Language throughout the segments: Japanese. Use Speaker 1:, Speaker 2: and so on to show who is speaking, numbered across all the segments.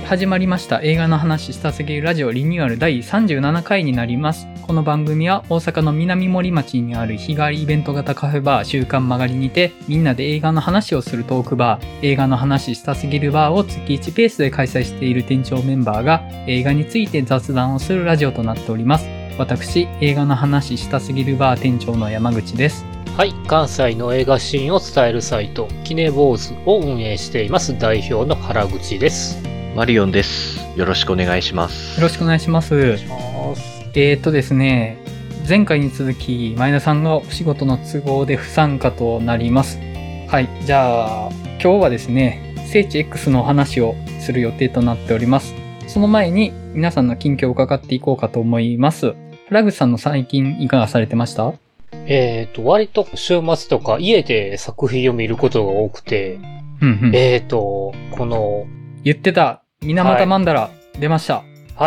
Speaker 1: 始まりました映画の話したすぎるラジオリニューアル第37回になります。この番組は大阪の南森町にある日替わりイベント型カフェバー週刊曲がりにて、みんなで映画の話をするトークバー、映画の話したすぎるバーを月1ペースで開催している店長メンバーが映画について雑談をするラジオとなっております。私、映画の話したすぎるバー店長の山口です。
Speaker 2: はい、関西の映画シーンを伝えるサイトキネボーズを運営しています代表の原口です。
Speaker 3: マリオンです。よろしくお願いします。
Speaker 1: よろしくお願いします。ですね、前回に続き前田さんがお仕事の都合で不参加となります。はい、じゃあ今日はですね、聖地 X のお話をする予定となっております。その前に皆さんの近況を伺っていこうかと思います。原口さんの最近いかがされてました？
Speaker 2: 割と週末とか家で作品を見ることが多くて、この
Speaker 1: 言ってた水俣曼荼羅、出ました。
Speaker 2: はい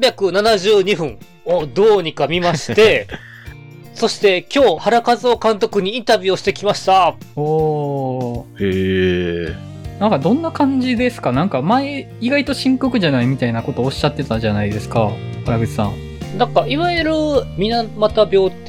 Speaker 2: 、372分をどうにか見ましてそして今日原和夫監督にインタビューをしてきました。
Speaker 1: お
Speaker 3: ー。
Speaker 1: なんかどんな感じですか？なんか前意外と深刻じゃないみたいなことをおっしゃってたじゃないですか、原口さん。
Speaker 2: なんかいわゆる水俣病って、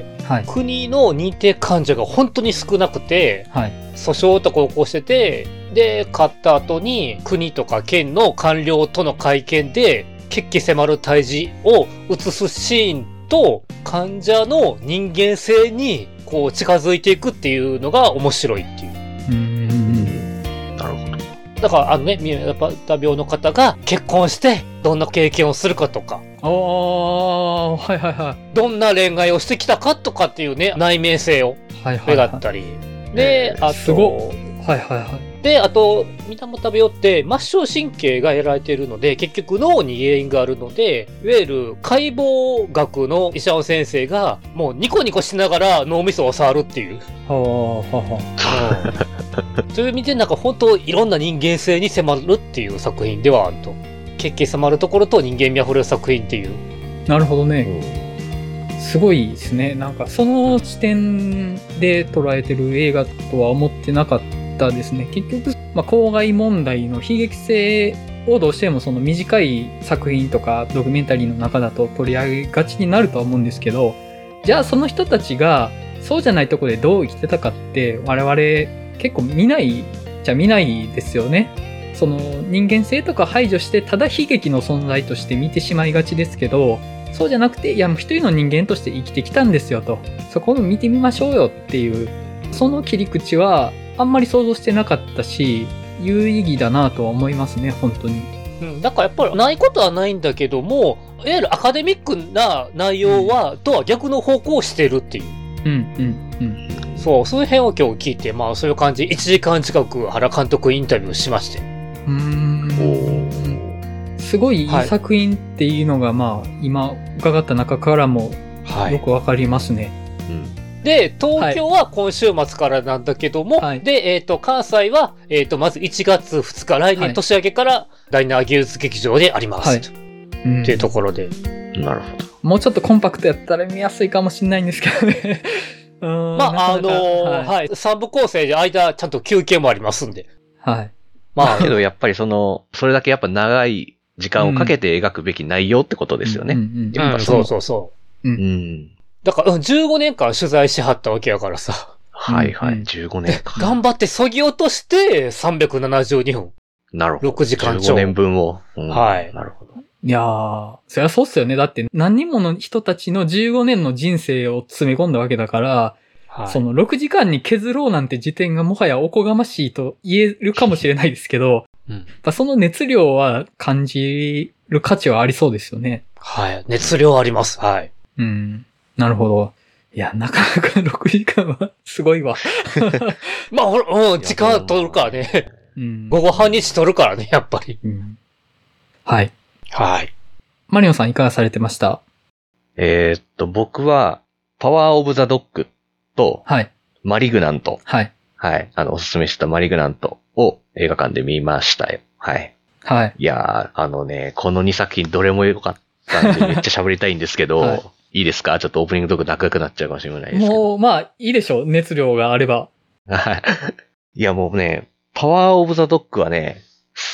Speaker 2: はい、国の認定患者が本当に少なくて、はい、訴訟とか起こしてて、で勝った後に国とか県の官僚との会見で血気迫る対峙を映すシーンと患者の人間性にこう近づいていくっていうのが面白いっていう。
Speaker 3: なるほど。
Speaker 2: だから水俣病の方が結婚してどんな経験をするかとか、
Speaker 1: はいはいはい、
Speaker 2: どんな恋愛をしてきたかとかっていうね、内面性を描ったり、で、あと
Speaker 1: すごはいはいはい。
Speaker 2: で、あと水俣病って末梢神経がやられているので、結局脳に原因があるので、いわゆる解剖学の医者の先生がもうニコニコしながら脳みそを触るっていう。そういう意味でなんか本当いろんな人間性に迫るっていう作品ではあると。血気迫るところと人間味あふれる作品っていう。
Speaker 1: なるほどね。すごいですね。なんかその視点で捉えてる映画とは思ってなかったですね。結局、公害問題の悲劇性をどうしてもその短い作品とかドキュメンタリーの中だと取り上げがちになるとは思うんですけど、じゃあその人たちがそうじゃないところでどう生きてたかって我々結構見ないじゃ見ないですよね。その人間性とか排除してただ悲劇の存在として見てしまいがちですけど、そうじゃなくて、いやもう一人の人間として生きてきたんですよと、そこを見てみましょうよっていう、その切り口はあんまり想像してなかったし、有意義だなとは思いますね、本当に。
Speaker 2: だからやっぱりないことはないんだけども、いわゆるアカデミックな内容は、とは逆の方向をしてるっていう。そういう辺を今日聞いて、そういう感じ、1時間近く原監督インタビューしまして。
Speaker 1: すごいいい作品っていうのが、今伺った中からもよくわかりますね。
Speaker 2: で、東京は今週末からなんだけども、で、関西は、まず1月2日、来年年明けからダイナー芸術劇場であります。っていうところで。
Speaker 3: なるほど。
Speaker 1: もうちょっとコンパクトやったら見やすいかもしれないんですけどね。
Speaker 2: 3部構成で間ちゃんと休憩もありますんで。
Speaker 1: はい。
Speaker 3: けどやっぱりそれだけやっぱ長い時間をかけて描くべき内容ってことですよね。
Speaker 2: そう。だから、15年間取材しはったわけやからさ。
Speaker 3: はいはい、15年間。
Speaker 2: 頑張って削ぎ落として372分。
Speaker 3: なるほど。
Speaker 2: 6時間超。
Speaker 3: 15年分を。
Speaker 2: はい。
Speaker 3: なるほど。
Speaker 1: いやー、そりゃそうっすよね。だって何人もの人たちの15年の人生を詰め込んだわけだから、その6時間に削ろうなんて時点がもはやおこがましいと言えるかもしれないですけど、その熱量は感じる価値はありそうですよね。
Speaker 2: はい。熱量あります。はい。
Speaker 1: なるほど。いや、なかなか6時間はすごいわ。
Speaker 2: 時間取るからね。午後半日取るからね、やっぱり。
Speaker 1: はい。
Speaker 2: はい。
Speaker 1: マリオンさんいかがされてました？
Speaker 3: 僕は、パワーオブザドッグと、
Speaker 1: はい。
Speaker 3: マリグナント。
Speaker 1: はい。
Speaker 3: はい。おすすめしたマリグナントを映画館で見ましたよ。はい。
Speaker 1: はい。
Speaker 3: いやー、この2作品どれも良かったんでめっちゃ喋りたいんですけど、いいですか？ちょっとオープニングトーク長くなっちゃうかもしれないですけど。
Speaker 1: もう、いいでしょう。熱量があれば。
Speaker 3: はい。いやもうね、パワーオブザドッグはね、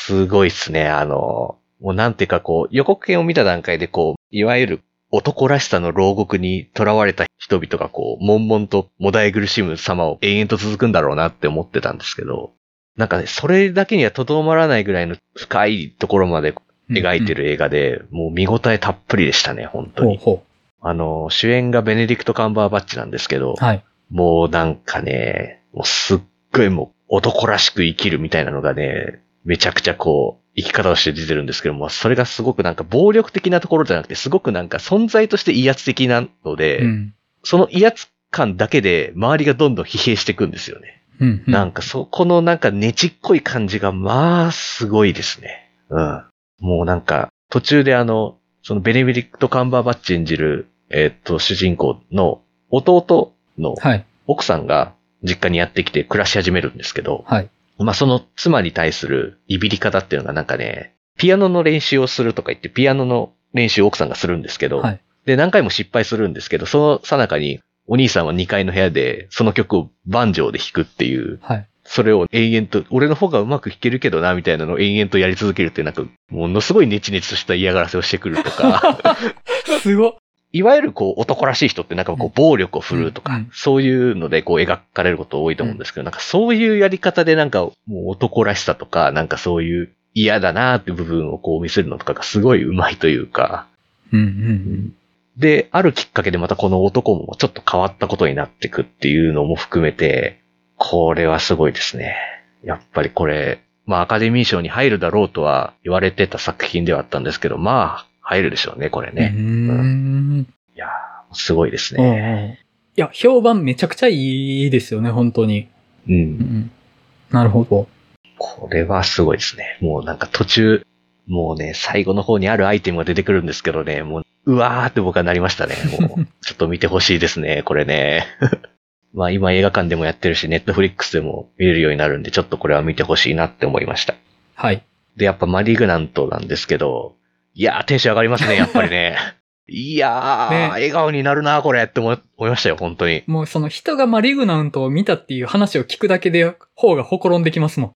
Speaker 3: すごいっすね。もうなんていうかこう、予告編を見た段階でこう、いわゆる男らしさの牢獄に囚われた人々がこう、悶々ともだえ苦しむ様を延々と続くんだろうなって思ってたんですけど、なんかね、それだけにはとどまらないぐらいの深いところまで描いてる映画で、もう見応えたっぷりでしたね、本当に。主演がベネディクト・カンバーバッチなんですけど、はい、もうなんかね、もうすっごいもう男らしく生きるみたいなのがね、めちゃくちゃこう、生き方として出てるんですけども、それがすごくなんか暴力的なところじゃなくて、すごくなんか存在として威圧的なので、その威圧感だけで周りがどんどん疲弊していくんですよね。なんかそこのなんかねちっこい感じがまあすごいですね。もうなんか途中でそのベネディクト・カンバーバッチ演じる主人公の弟の奥さんが実家にやってきて暮らし始めるんですけど、はい、まあその妻に対するいびり方っていうのがなんかね、ピアノの練習をするとか言ってピアノの練習を奥さんがするんですけど、はい、で何回も失敗するんですけど、その最中にお兄さんは2階の部屋でその曲をバンジョーで弾くっていう、はい、それを延々と、俺の方がうまく弾けるけどな、みたいなのを延々とやり続けるっていうなんか、ものすごいネチネチとした嫌がらせをしてくるとか。
Speaker 1: すごっ。
Speaker 3: いわゆるこう男らしい人ってなんかこう暴力を振るうとか、そういうのでこう描かれること多いと思うんですけど、なんかそういうやり方でなんかもう男らしさとか、なんかそういう嫌だなーっていう部分をこう見せるのとかがすごい上手いというか。で、あるきっかけでまたこの男もちょっと変わったことになっていくっていうのも含めて、これはすごいですね。やっぱりこれ、まあアカデミー賞に入るだろうとは言われてた作品ではあったんですけど、まあ入るでしょうね、これね。いやー、すごいですね。
Speaker 1: いや、評判めちゃくちゃいいですよね、本当に。なるほど。
Speaker 3: これはすごいですね。もうなんか途中、もうね、最後の方にあるアイテムが出てくるんですけどね、もう、うわーって僕はなりましたね。もう、ちょっと見てほしいですね、これね。まあ今映画館でもやってるし、ネットフリックスでも見れるようになるんで、ちょっとこれは見てほしいなって思いました。
Speaker 1: はい。
Speaker 3: で、やっぱマリグナントなんですけど、いやーテンション上がりますね、やっぱりね。いやー、ね、笑顔になるな、これって思いましたよ、本当に。
Speaker 1: もうその人がマリグナントを見たっていう話を聞くだけで、方がほころんできますもん。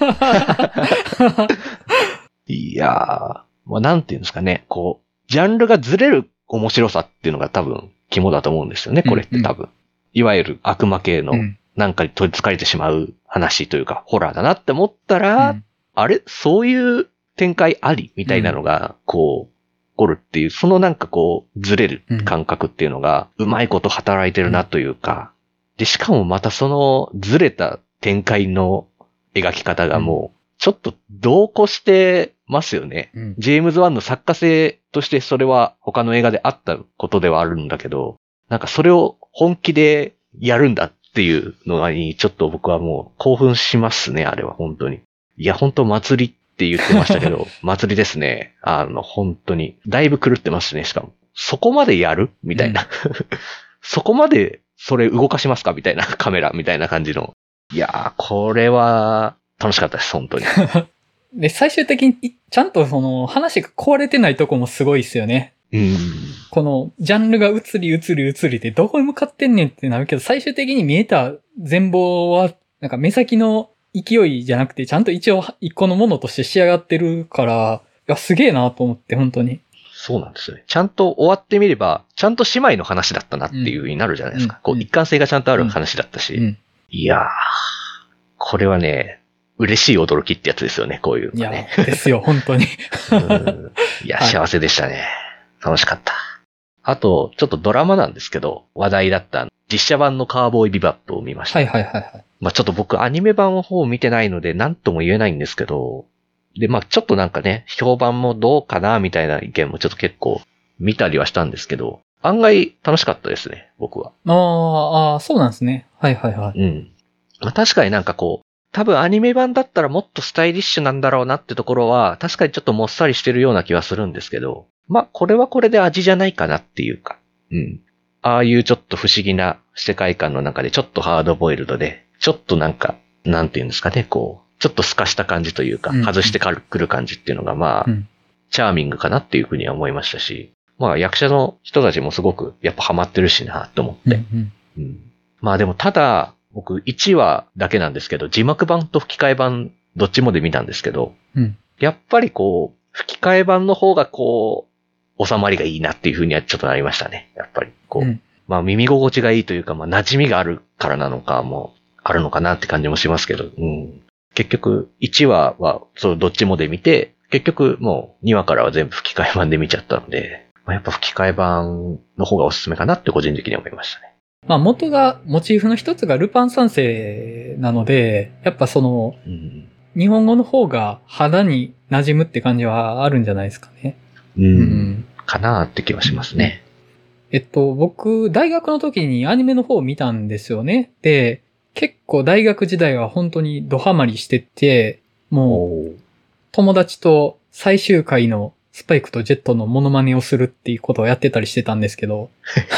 Speaker 3: いやー、まあなんていうんですかね、こう、ジャンルがずれる面白さっていうのが多分、肝だと思うんですよね、これって多分。いわゆる悪魔系のなんかに取り憑かれてしまう話というか、ホラーだなって思ったら、あれそういう展開ありみたいなのが、こう、起こるっていう、そのなんかこう、ずれる感覚っていうのが、うまいこと働いてるなというか、で、しかもまたそのずれた展開の描き方がもう、ちょっと同行してますよね。ジェームズ・ワンの作家性としてそれは他の映画であったことではあるんだけど、なんかそれを本気でやるんだっていうのに、ちょっと僕はもう興奮しますね、あれは本当に。いや、本当祭りって言ってましたけど、祭りですね。本当に。だいぶ狂ってますね、しかも。そこまでやるみたいな。そこまでそれ動かしますかみたいなカメラみたいな感じの。いやー、これは楽しかったです、本当に。
Speaker 1: で、最終的にちゃんとその話が壊れてないとこもすごいですよね。このジャンルが移りでどこに向かってんねんってなるけど、最終的に見えた全貌はなんか目先の勢いじゃなくてちゃんと一応一個のものとして仕上がってるから、いやすげえなと思って本当に。
Speaker 3: そうなんですよね。ちゃんと終わってみれば、ちゃんと姉妹の話だったなっていう風になるじゃないですか。こう一貫性がちゃんとある話だったし。いやー、これはね、嬉しい驚きってやつですよね、こういうのね。
Speaker 1: いや、ですよ、本当に。
Speaker 3: いや、幸せでしたね。楽しかった。あと、ちょっとドラマなんですけど、話題だった実写版のカーボーイビバップを見ました。まあちょっと僕アニメ版の方を見てないので何とも言えないんですけど、で、まあちょっとなんかね、評判もどうかなみたいな意見もちょっと結構見たりはしたんですけど、案外楽しかったですね、僕は。
Speaker 1: ああ、そうなんですね。ま
Speaker 3: あ確かになんかこう、多分アニメ版だったらもっとスタイリッシュなんだろうなってところは、確かにちょっともっさりしてるような気はするんですけど、まあ、これはこれで味じゃないかなっていうか、ああいうちょっと不思議な世界観の中でちょっとハードボイルドで、ちょっとなんか、なんていうんですかね、こう、ちょっと透かした感じというか、外してくる感じっていうのがまあ、チャーミングかなっていうふうには思いましたし、まあ役者の人たちもすごくやっぱハマってるしなと思って。まあでもただ、僕1話だけなんですけど、字幕版と吹き替え版どっちもで見たんですけど、
Speaker 1: うん、
Speaker 3: やっぱりこう、吹き替え版の方がこう、収まりがいいなっていう風にはちょっとなりましたね。やっぱりこう、まあ耳心地がいいというか、まあ馴染みがあるからなのかもあるのかなって感じもしますけど、結局1話はそうどっちもで見て、結局もう2話からは全部吹き替え版で見ちゃったので、まあ、やっぱ吹き替え版の方がおすすめかなって個人的に思いましたね。
Speaker 1: まあモチーフの一つがルパン三世なので、やっぱその、日本語の方が肌に馴染むって感じはあるんじゃないですかね。
Speaker 3: かなーって気はしますね。
Speaker 1: 僕、大学の時にアニメの方を見たんですよね。で、結構大学時代は本当にドハマりしてて、もう、友達と最終回のスパイクとジェットのモノマネをするっていうことをやってたりしてたんですけど、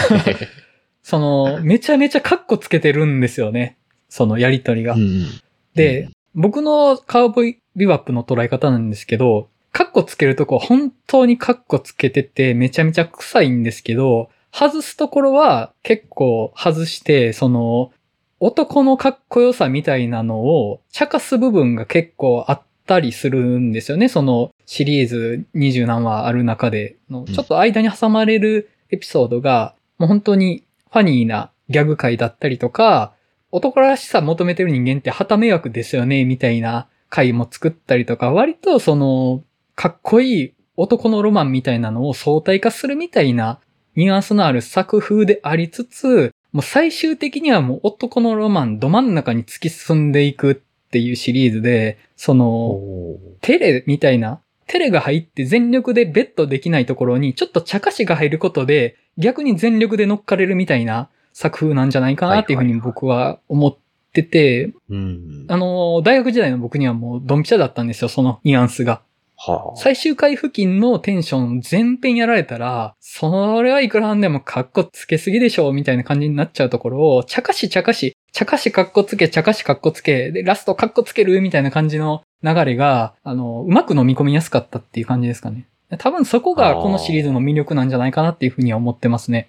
Speaker 1: めちゃめちゃカッコつけてるんですよね。そのやりとりが。で、僕のカウボーイビバップの捉え方なんですけど、カッコつけるとこ本当にカッコつけててめちゃめちゃ臭いんですけど、外すところは結構外して、男のかっこよさみたいなのを茶化す部分が結構あったりするんですよね。そのシリーズ20何話ある中での、ちょっと間に挟まれるエピソードが、もう本当にファニーなギャグ回だったりとか、男らしさ求めてる人間って旗迷惑ですよね、みたいな回も作ったりとか、割とかっこいい男のロマンみたいなのを相対化するみたいなニュアンスのある作風でありつつ、もう最終的にはもう男のロマンど真ん中に突き進んでいくっていうシリーズで、テレみたいな、テレが入って全力でベットできないところにちょっと茶化しが入ることで逆に全力で乗っかれるみたいな作風なんじゃないかなっていうふうに僕は思ってて、大学時代の僕にはもうドンピシャだったんですよ、そのニュアンスが。最終回付近のテンション全編やられたら、それはいくらなんでもカッコつけすぎでしょみたいな感じになっちゃうところを、茶化しカッコつけ、茶化しカッコつけ、で、ラストカッコつけるみたいな感じの流れが、うまく飲み込みやすかったっていう感じですかね。多分そこがこのシリーズの魅力なんじゃないかなっていうふうには思ってますね。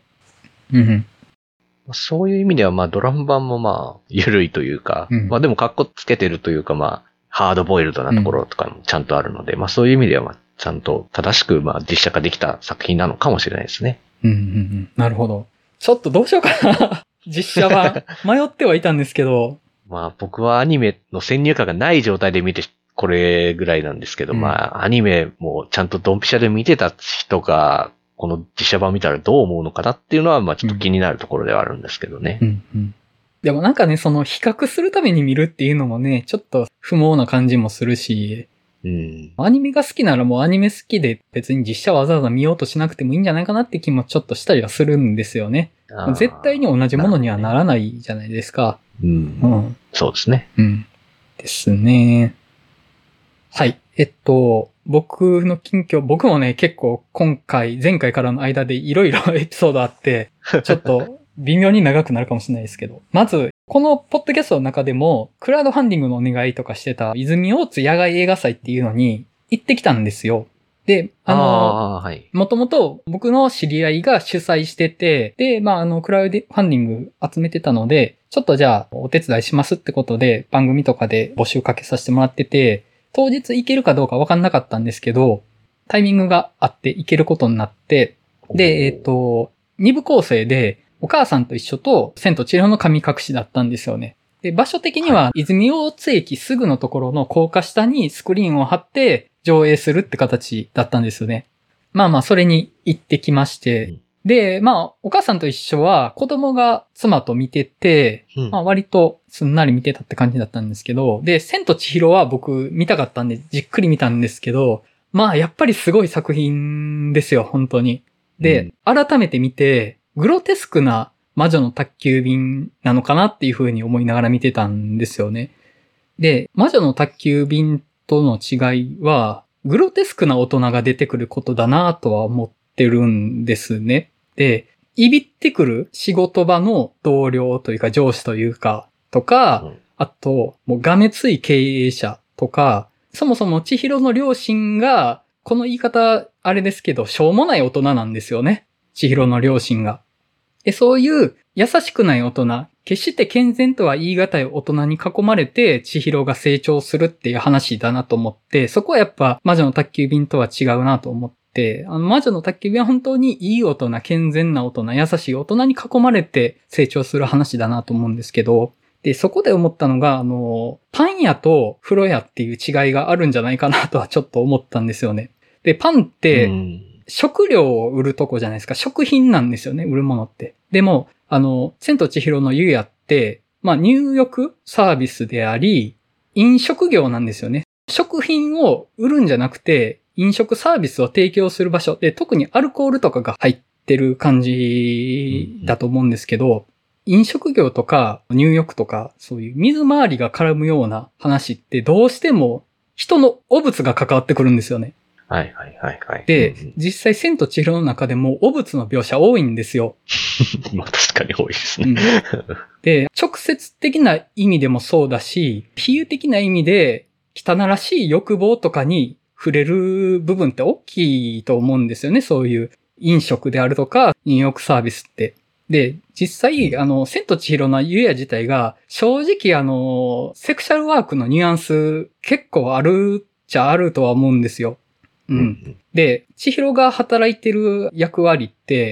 Speaker 3: そういう意味では、まあドラム版もまあ、緩いというか、まあでもカッコつけてるというか、まあ、ハードボイルドなところとかもちゃんとあるので、まあそういう意味では、まあ、ちゃんと正しく、まあ実写化できた作品なのかもしれないですね。
Speaker 1: なるほど。ちょっとどうしようかな。実写版。迷ってはいたんですけど。
Speaker 3: まあ僕はアニメの先入観がない状態で見て、これぐらいなんですけど、まあアニメもちゃんとドンピシャで見てた人が、この実写版見たらどう思うのかなっていうのは、まあちょっと気になるところではあるんですけどね。
Speaker 1: でもなんかね、比較するために見るっていうのもね、ちょっと不毛な感じもするし、アニメが好きならもうアニメ好きで別に実写わざわざ見ようとしなくてもいいんじゃないかなって気もちょっとしたりはするんですよね。絶対に同じものにはならないじゃないですか。
Speaker 3: そうですね。
Speaker 1: ですね。はい。僕の近況、僕もね、結構前回からの間でいろいろエピソードあって、ちょっと微妙に長くなるかもしれないですけど。まず、このポッドキャストの中でも、クラウドファンディングのお願いとかしてた、泉大津野外映画祭っていうのに行ってきたんですよ。で、もともと僕の知り合いが主催してて、で、クラウドファンディング集めてたので、ちょっとじゃあお手伝いしますってことで、番組とかで募集かけさせてもらってて、当日行けるかどうか分かんなかったんですけど、タイミングがあって行けることになって、で、2部構成で、お母さんと一緒と、千と千尋の神隠しだったんですよね。で、場所的には、泉大津駅すぐのところの高架下にスクリーンを貼って上映するって形だったんですよね。それに行ってきまして、で、お母さんと一緒は子供が妻と見てて、割とすんなり見てたって感じだったんですけど、で、千と千尋は僕見たかったんでじっくり見たんですけど、やっぱりすごい作品ですよ、本当に。で、改めて見て、グロテスクな魔女の宅急便なのかなっていう風に思いながら見てたんですよね。で、魔女の宅急便との違いは、グロテスクな大人が出てくることだなとは思ってるんですね。で、いびってくる仕事場の同僚というか上司というか、とか、あと、もうがめつい経営者とか、そもそも千尋の両親が、この言い方あれですけど、しょうもない大人なんですよね。千尋の両親が。そういう優しくない大人、 決して健全とは言い難い大人に囲まれて千尋が成長するっていう話だなと思って、そこはやっぱ魔女の宅急便とは違うなと思って、魔女の宅急便は本当にいい大人、健全な大人、優しい大人に囲まれて成長する話だなと思うんですけど、で、そこで思ったのが、パン屋と風呂屋っていう違いがあるんじゃないかなとはちょっと思ったんですよね。で、パンって、食料を売るとこじゃないですか。食品なんですよね、売るものって。でも、千と千尋の湯屋って、まあ、入浴サービスであり、飲食業なんですよね。食品を売るんじゃなくて、飲食サービスを提供する場所で、特にアルコールとかが入ってる感じだと思うんですけど、飲食業とか入浴とか、そういう水回りが絡むような話ってどうしても人の汚物が関わってくるんですよね。
Speaker 3: はいはいはいはい。
Speaker 1: で、実際千と千尋の中でも汚物の描写多いんですよ。
Speaker 3: まあ確かに多いですね。
Speaker 1: で、直接的な意味でもそうだし、比喩的な意味で汚らしい欲望とかに触れる部分って大きいと思うんですよね。そういう飲食であるとか、入浴サービスって。で、実際、千と千尋の湯屋自体が、正直セクシャルワークのニュアンス結構あるっちゃあるとは思うんですよ。うん。で、千尋が働いてる役割って、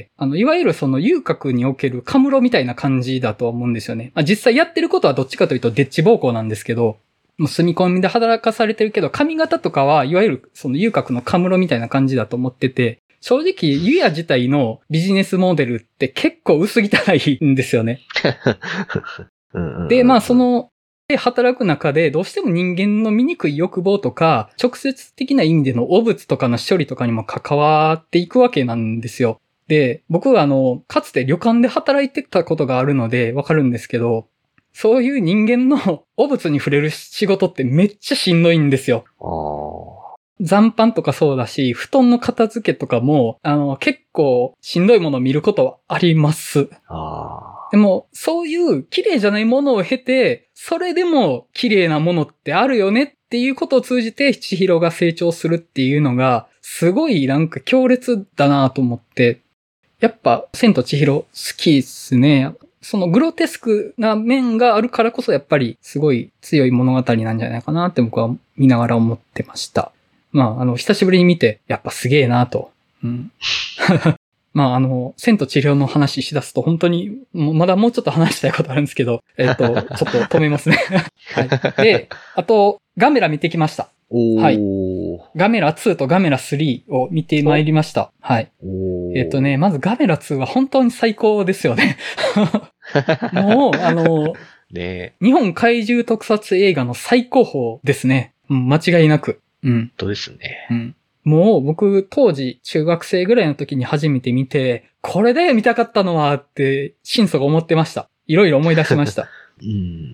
Speaker 1: いわゆるその遊郭におけるカムロみたいな感じだと思うんですよね。まあ、実際やってることはどっちかというとデッチ暴行なんですけど、もう住み込みで働かされてるけど、髪型とかはいわゆるその遊郭のカムロみたいな感じだと思ってて、正直、湯屋自体のビジネスモデルって結構薄汚いんですよね。で、まあ働く中でどうしても人間の醜い欲望とか、直接的な意味での汚物とかの処理とかにも関わっていくわけなんですよ。で、僕はかつて旅館で働いてたことがあるのでわかるんですけど、そういう人間の汚物に触れる仕事ってめっちゃしんどいんですよ。残飯とかそうだし、布団の片付けとかも、結構しんどいものを見ることはあります。でも、そういう綺麗じゃないものを経て、それでも綺麗なものってあるよねっていうことを通じて、千尋が成長するっていうのが、すごいなんか強烈だなと思って、やっぱ、千と千尋好きっすね。そのグロテスクな面があるからこそ、やっぱりすごい強い物語なんじゃないかなって僕は見ながら思ってました。まあ、久しぶりに見て、やっぱすげえなと。うん。まあ、千と千尋の話しだすと本当に、まだもうちょっと話したいことあるんですけど、ちょっと止めますね。はい。で、あと、ガメラ見てきました。はい。ガメラ2とガメラ3を見てまいりました。はい。まずガメラ2は本当に最高ですよね。もう、
Speaker 3: ね、
Speaker 1: 日本怪獣特撮映画の最高峰ですね。間違いなく。うん。
Speaker 3: そうですね。
Speaker 1: うん。もう僕当時中学生ぐらいの時に初めて見て、これで見たかったのはって心底思ってました。いろいろ思い出しました。
Speaker 3: うん、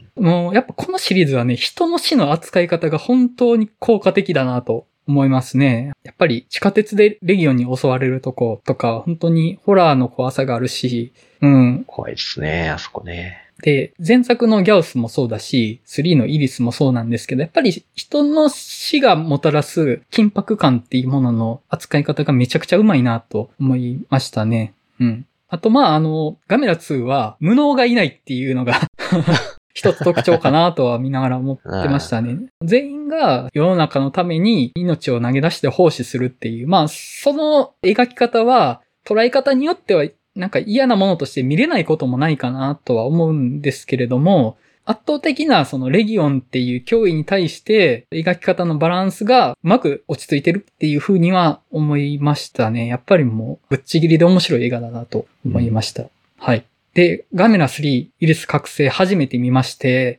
Speaker 1: もうやっぱこのシリーズはね、人の死の扱い方が本当に効果的だなと思いますね。やっぱり地下鉄でレギオンに襲われるとことか、本当にホラーの怖さがあるし、うん。
Speaker 3: 怖いですね、あそこね。
Speaker 1: で、前作のギャオスもそうだし、3のイリスもそうなんですけど、やっぱり人の死がもたらす緊迫感っていうものの扱い方がめちゃくちゃうまいなと思いましたね。うん。あと、まあ、ガメラ2は無能がいないっていうのが一つ特徴かなとは見ながら思ってましたね。全員が世の中のために命を投げ出して奉仕するっていう、まあ、その描き方は捉え方によってはなんか嫌なものとして見れないこともないかなとは思うんですけれども、圧倒的なそのレギオンっていう脅威に対して描き方のバランスがうまく落ち着いてるっていう風には思いましたね。やっぱりもうぶっちぎりで面白い映画だなと思いました。はい。で、ガメラ3イリス覚醒初めて見まして、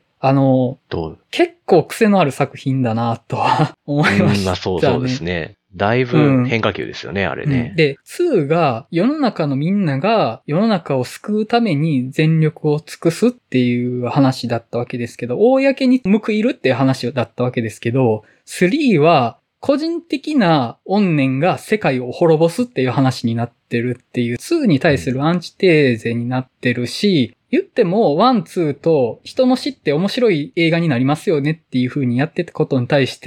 Speaker 1: 結構癖のある作品だなとは思いましたね。
Speaker 3: まあそうですね。だいぶ変化球ですよね、あれね。
Speaker 1: で、2が世の中のみんなが世の中を救うために全力を尽くすっていう話だったわけですけど、公に報いるっていう話だったわけですけど、3は個人的な怨念が世界を滅ぼすっていう話になってるっていう、2に対するアンチテーゼになってるし、言っても、1、2と人の死って面白い映画になりますよねっていう風にやってたことに対して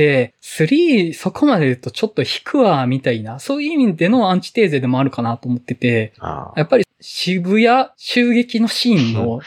Speaker 1: 、3そこまで言うとちょっと引くわ、みたいな、そういう意味でのアンチテーゼでもあるかなと思ってて、やっぱり渋谷襲撃のシーンの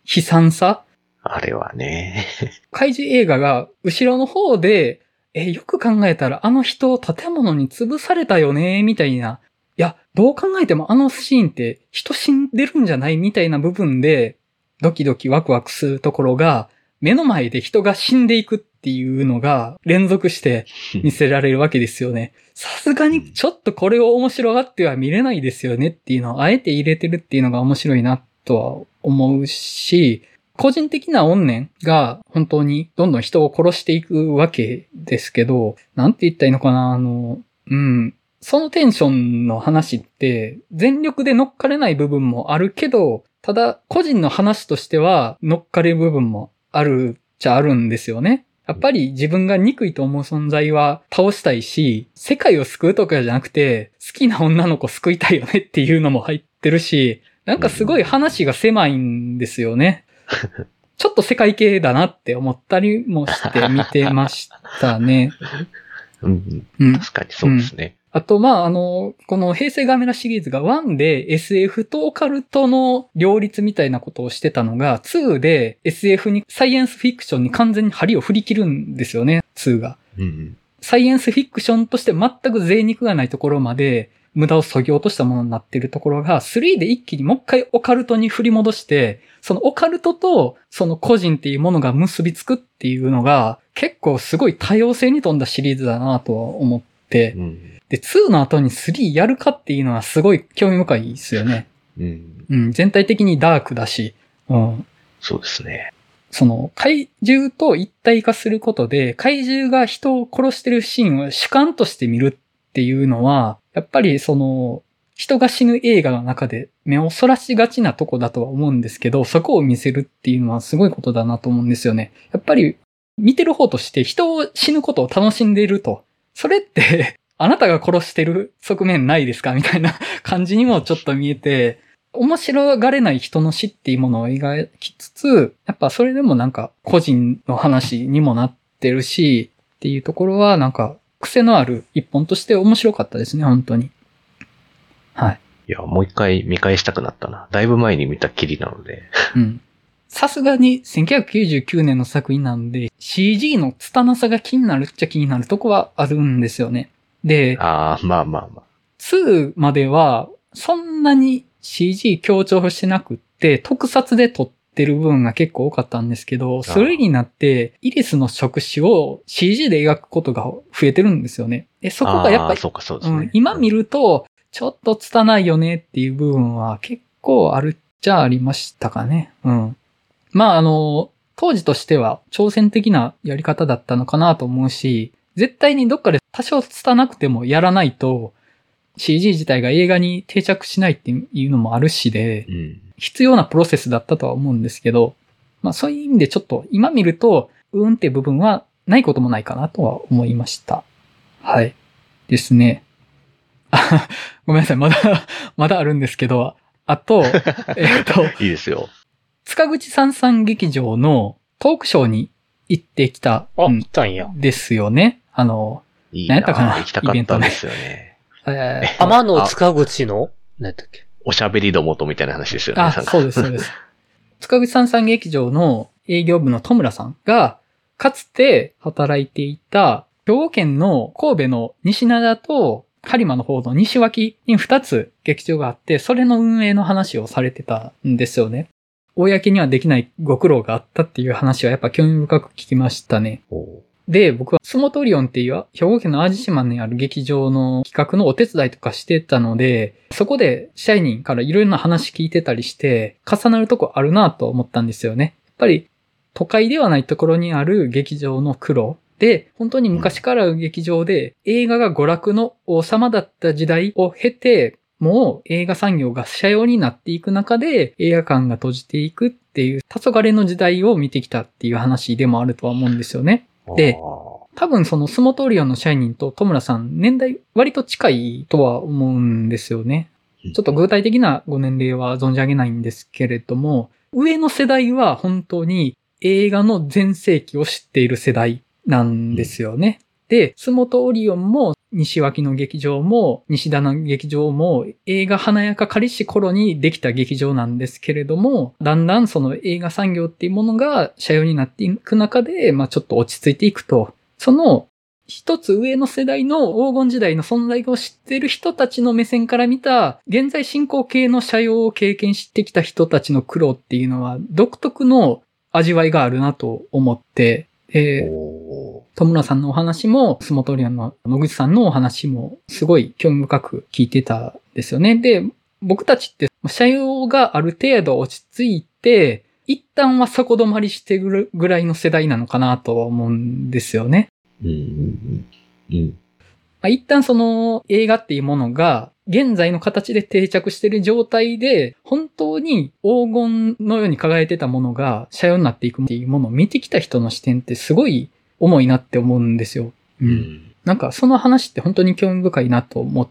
Speaker 1: 悲惨さ。
Speaker 3: あれはね。
Speaker 1: 怪獣映画が後ろの方で、よく考えたらあの人建物に潰されたよね、みたいな。いや、どう考えてもあのシーンって人死んでるんじゃないみたいな部分で、ドキドキワクワクするところが、目の前で人が死んでいくっていうのが連続して見せられるわけですよね。さすがにちょっとこれを面白がっては見れないですよねっていうのをあえて入れてるっていうのが面白いなとは思うし、個人的な怨念が本当にどんどん人を殺していくわけですけど、なんて言ったらいいのかな、そのテンションの話って全力で乗っかれない部分もあるけど、ただ個人の話としては乗っかれる部分もあるっちゃあるんですよね。やっぱり自分が憎いと思う存在は倒したいし、世界を救うとかじゃなくて、好きな女の子救いたいよねっていうのも入ってるし、なんかすごい話が狭いんですよね。ちょっと世界系だなって思ったりもして見てましたね。
Speaker 3: 確かにそうですね。
Speaker 1: あと、この平成ガメラシリーズが1で SF とオカルトの両立みたいなことをしてたのが、2で SF に、サイエンスフィクションに完全に針を振り切るんですよね、2が。サイエンスフィクションとして全く贅肉がないところまで、無駄を削ぎ落としたものになっているところが、3で一気にもう一回オカルトに振り戻して、そのオカルトとその個人っていうものが結びつくっていうのが、結構すごい多様性に富んだシリーズだなとは思って、で、2の後に3やるかっていうのはすごい興味深いですよね。全体的にダークだし、
Speaker 3: そうですね。
Speaker 1: その怪獣と一体化することで、怪獣が人を殺してるシーンを主観として見るっていうのは、やっぱりその、人が死ぬ映画の中で目をそらしがちなとこだとは思うんですけど、そこを見せるっていうのはすごいことだなと思うんですよね。やっぱり見てる方として人を死ぬことを楽しんでいると。それってあなたが殺してる側面ないですかみたいな感じにもちょっと見えて、面白がれない人の死っていうものを描きつつ、やっぱそれでもなんか個人の話にもなってるし、っていうところはなんか癖のある一本として面白かったですね、本当に。はい。
Speaker 3: いや、もう一回見返したくなったな。だいぶ前に見たきりなので。
Speaker 1: さすがに1999年の作品なので CG の拙さが気になるっちゃ気になるとこはあるんですよね。で、2まではそんなに CG 強調してなくって特撮で撮ってる部分が結構多かったんですけど、それになってイリスの触手を CG で描くことが増えてるんですよね。で、そこがやっぱり、今見るとちょっと拙いよねっていう部分は結構あるっちゃありましたかね。当時としては挑戦的なやり方だったのかなと思うし、絶対にどっかで多少拙くてもやらないと CG 自体が映画に定着しないっていうのもあるしで、必要なプロセスだったとは思うんですけど、そういう意味でちょっと今見ると、って部分はないこともないかなとは思いました。はい。ですね。ごめんなさい。まだあるんですけど、あと、
Speaker 3: いいですよ。
Speaker 1: 塚口三三劇場のトークショーに行ってきたんですよね。
Speaker 3: いいな、行きたかったんですよね。
Speaker 2: 天野塚口の何だっけ、
Speaker 3: おしゃべりどもとみたいな話ですよね。
Speaker 1: そうです、そうです。塚口三三劇場の営業部の戸村さんが、かつて働いていた、兵庫県の神戸の西灘と播磨の方の西脇に2つ劇場があって、それの運営の話をされてたんですよね。公にはできないご苦労があったっていう話はやっぱ興味深く聞きましたね。で、僕はスモトリオンっていう兵庫県の淡路島にある劇場の企画のお手伝いとかしてたので、そこで社員からいろいろな話聞いてたりして、重なるとこあるなと思ったんですよね。やっぱり都会ではないところにある劇場の苦労で、本当に昔からある劇場で映画が娯楽の王様だった時代を経て、もう映画産業が斜陽になっていく中で映画館が閉じていくっていう黄昏の時代を見てきたっていう話でもあるとは思うんですよね。で、多分そのスモトリオンの社員と戸村さん年代割と近いとは思うんですよね。ちょっと具体的なご年齢は存じ上げないんですけれども、上の世代は本当に映画の全盛期を知っている世代なんですよね。 で、スモトオリオンも、西脇の劇場も、西田の劇場も、映画華やかかりし頃にできた劇場なんですけれども、だんだんその映画産業っていうものが、社用になっていく中で、ちょっと落ち着いていくと。その、一つ上の世代の黄金時代の存在を知っている人たちの目線から見た、現在進行形の社用を経験してきた人たちの苦労っていうのは、独特の味わいがあるなと思って、戸村さんのお話も、スモトリアンの野口さんのお話も、すごい興味深く聞いてたんですよね。で、僕たちって、社用がある程度落ち着いて、一旦は底止まりしてるぐらいの世代なのかなとは思うんですよね。一旦その映画っていうものが、現在の形で定着している状態で、本当に黄金のように輝いてたものが、社用になっていくっていうものを見てきた人の視点ってすごい重いなって思うんですよ。なんかその話って本当に興味深いなと思って、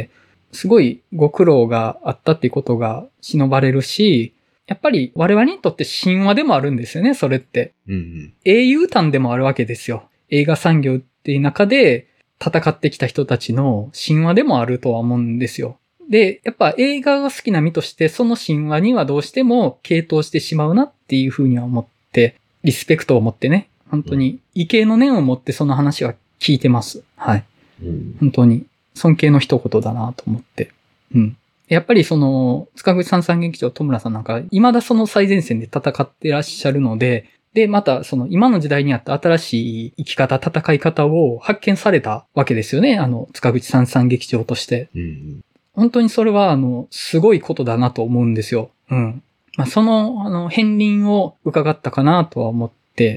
Speaker 1: すごいご苦労があったっていうことが忍ばれるし、やっぱり我々にとって神話でもあるんですよね、それって。英雄譚でもあるわけですよ。映画産業っていう中で戦ってきた人たちの神話でもあるとは思うんですよ。で、やっぱ映画が好きな身としてその神話にはどうしても傾倒してしまうなっていうふうには思って、リスペクトを持ってね、本当に畏敬の念を持ってその話は聞いてます。はい。本当に尊敬の一言だなと思って。やっぱりその、塚口三三劇場戸村さんなんか、未だその最前線で戦ってらっしゃるので、で、またその今の時代にあった新しい生き方、戦い方を発見されたわけですよね。塚口三三劇場として。本当にそれはすごいことだなと思うんですよ。その、片鱗を伺ったかなとは思って、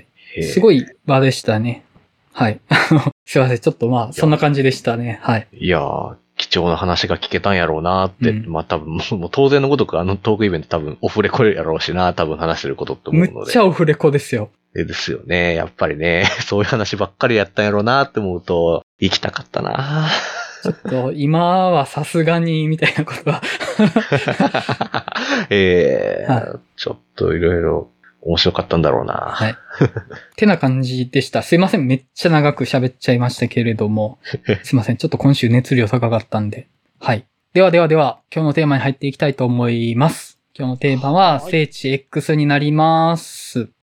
Speaker 1: すごい場でしたね。はい。すいません。ちょっとそんな感じでしたね。はい。
Speaker 3: いやー、貴重な話が聞けたんやろうなって、多分もう当然のごとくトークイベント多分オフレコやろうしな、多分話してることって思うので。
Speaker 1: むっちゃオフレコですよ。
Speaker 3: ですよね。やっぱりね、そういう話ばっかりやったんやろうなって思うと、行きたかったな
Speaker 1: ちょっと、今はさすがに、みたいなことは。
Speaker 3: ちょっといろいろ面白かったんだろうな。
Speaker 1: はい。てな感じでした。すいません。めっちゃ長く喋っちゃいましたけれども。すいません。ちょっと今週熱量高かったんで。はい。では、今日のテーマに入っていきたいと思います。今日のテーマは、聖地 X になります。